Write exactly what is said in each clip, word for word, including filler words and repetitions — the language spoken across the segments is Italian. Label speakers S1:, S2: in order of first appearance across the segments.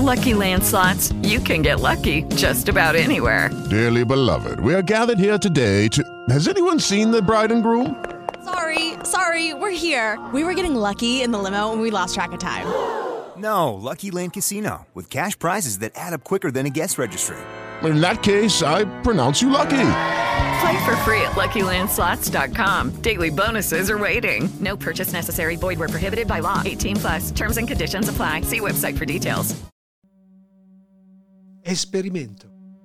S1: Lucky Land Slots, you can get lucky just about anywhere.
S2: Dearly beloved, we are gathered here today to... Has anyone seen the bride and groom?
S3: Sorry, sorry, we're here. We were getting lucky in the limo and we lost track of time.
S4: No, Lucky Land Casino, with cash prizes that add up quicker than a guest registry.
S2: In that case, I pronounce you lucky.
S1: Play for free at Lucky Land Slots dot com. Daily bonuses are waiting. No purchase necessary. Void where prohibited by law. eighteen plus. Terms and conditions apply. See website for details.
S5: Esperimento.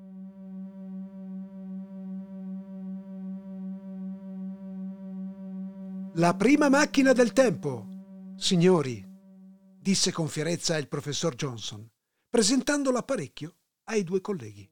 S5: La prima macchina del tempo, signori, disse con fierezza il professor Johnson, presentando l'apparecchio ai due colleghi.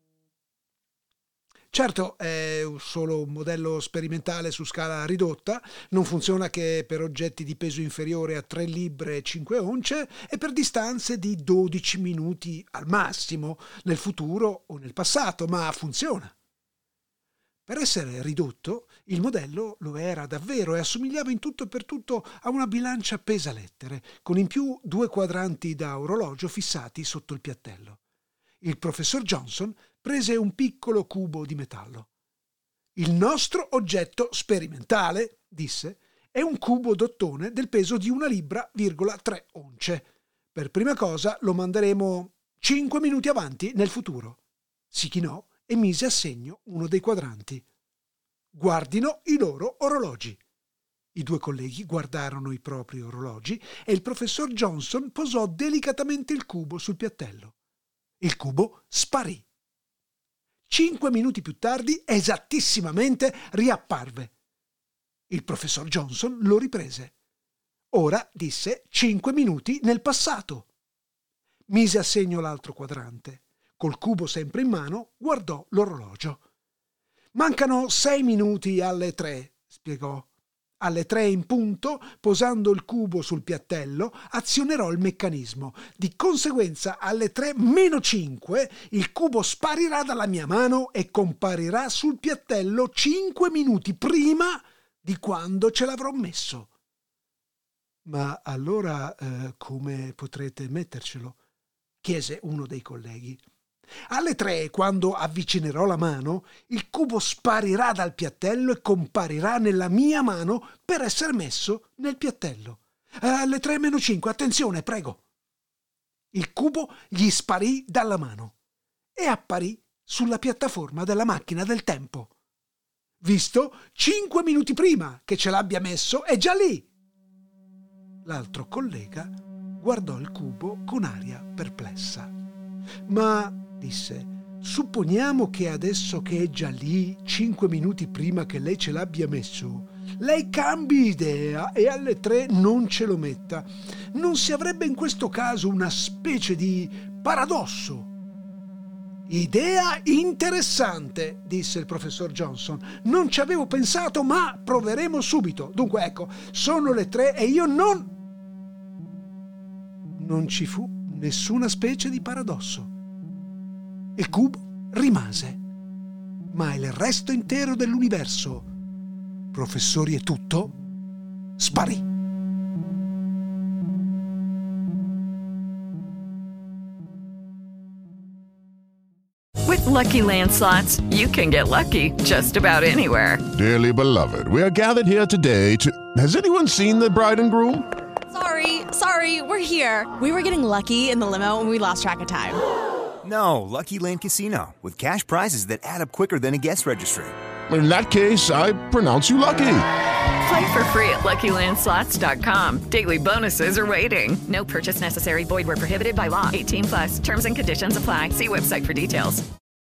S5: Certo, è solo un modello sperimentale su scala ridotta, non funziona che per oggetti di peso inferiore a tre libbre e cinque once e per distanze di dodici minuti al massimo, nel futuro o nel passato, ma funziona. Per essere ridotto, il modello lo era davvero e assomigliava in tutto e per tutto a una bilancia pesalettere, con in più due quadranti da orologio fissati sotto il piattello. Il professor Johnson prese un piccolo cubo di metallo. Il nostro oggetto sperimentale, disse, è un cubo d'ottone del peso di una libra virgola tre once. Per prima cosa lo manderemo cinque minuti avanti nel futuro. Si chinò e mise a segno uno dei quadranti. Guardino i loro orologi. I due colleghi guardarono i propri orologi e il professor Johnson posò delicatamente il cubo sul piattello. Il cubo sparì. Cinque minuti più tardi, esattissimamente, riapparve. Il professor Johnson lo riprese. Ora, disse, cinque minuti nel passato. Mise a segno l'altro quadrante. Col cubo sempre in mano, guardò l'orologio. Mancano sei minuti alle tre, spiegò. Alle tre in punto, posando il cubo sul piattello, azionerò il meccanismo. Di conseguenza, alle tre meno cinque, il cubo sparirà dalla mia mano e comparirà sul piattello cinque minuti prima di quando ce l'avrò messo. Ma allora eh, come potrete mettercelo? Chiese uno dei colleghi. Alle tre, quando avvicinerò la mano, il cubo sparirà dal piattello e comparirà nella mia mano per essere messo nel piattello. Alle tre meno cinque, attenzione, prego. Il cubo gli sparì dalla mano e apparì sulla piattaforma della macchina del tempo. Visto, cinque minuti prima che ce l'abbia messo, è già lì. L'altro collega guardò il cubo con aria perplessa. Ma, disse, supponiamo che adesso che è già lì, cinque minuti prima che lei ce l'abbia messo, lei cambi idea e alle tre non ce lo metta. Non si avrebbe in questo caso una specie di paradosso? Idea interessante, disse il professor Johnson. Non ci avevo pensato, ma proveremo subito. Dunque, ecco, sono le tre e io non... Non ci fu nessuna specie di paradosso. Il cubo rimase, ma il resto intero dell'universo, professori e tutto, sparì.
S1: With Lucky Land Slots, you can get lucky just about anywhere.
S2: Dearly beloved, we are gathered here today to... Has anyone seen the bride and groom?
S3: Sorry, sorry, we're here. We were getting lucky in the limo and we lost track of time.
S4: No, Lucky Land Casino, with cash prizes that add up quicker than a guest registry.
S2: In that case, I pronounce you lucky.
S1: Play for free at Lucky Land Slots dot com. Daily bonuses are waiting. No purchase necessary. Void where prohibited by law. eighteen plus. Terms and conditions apply. See website for details.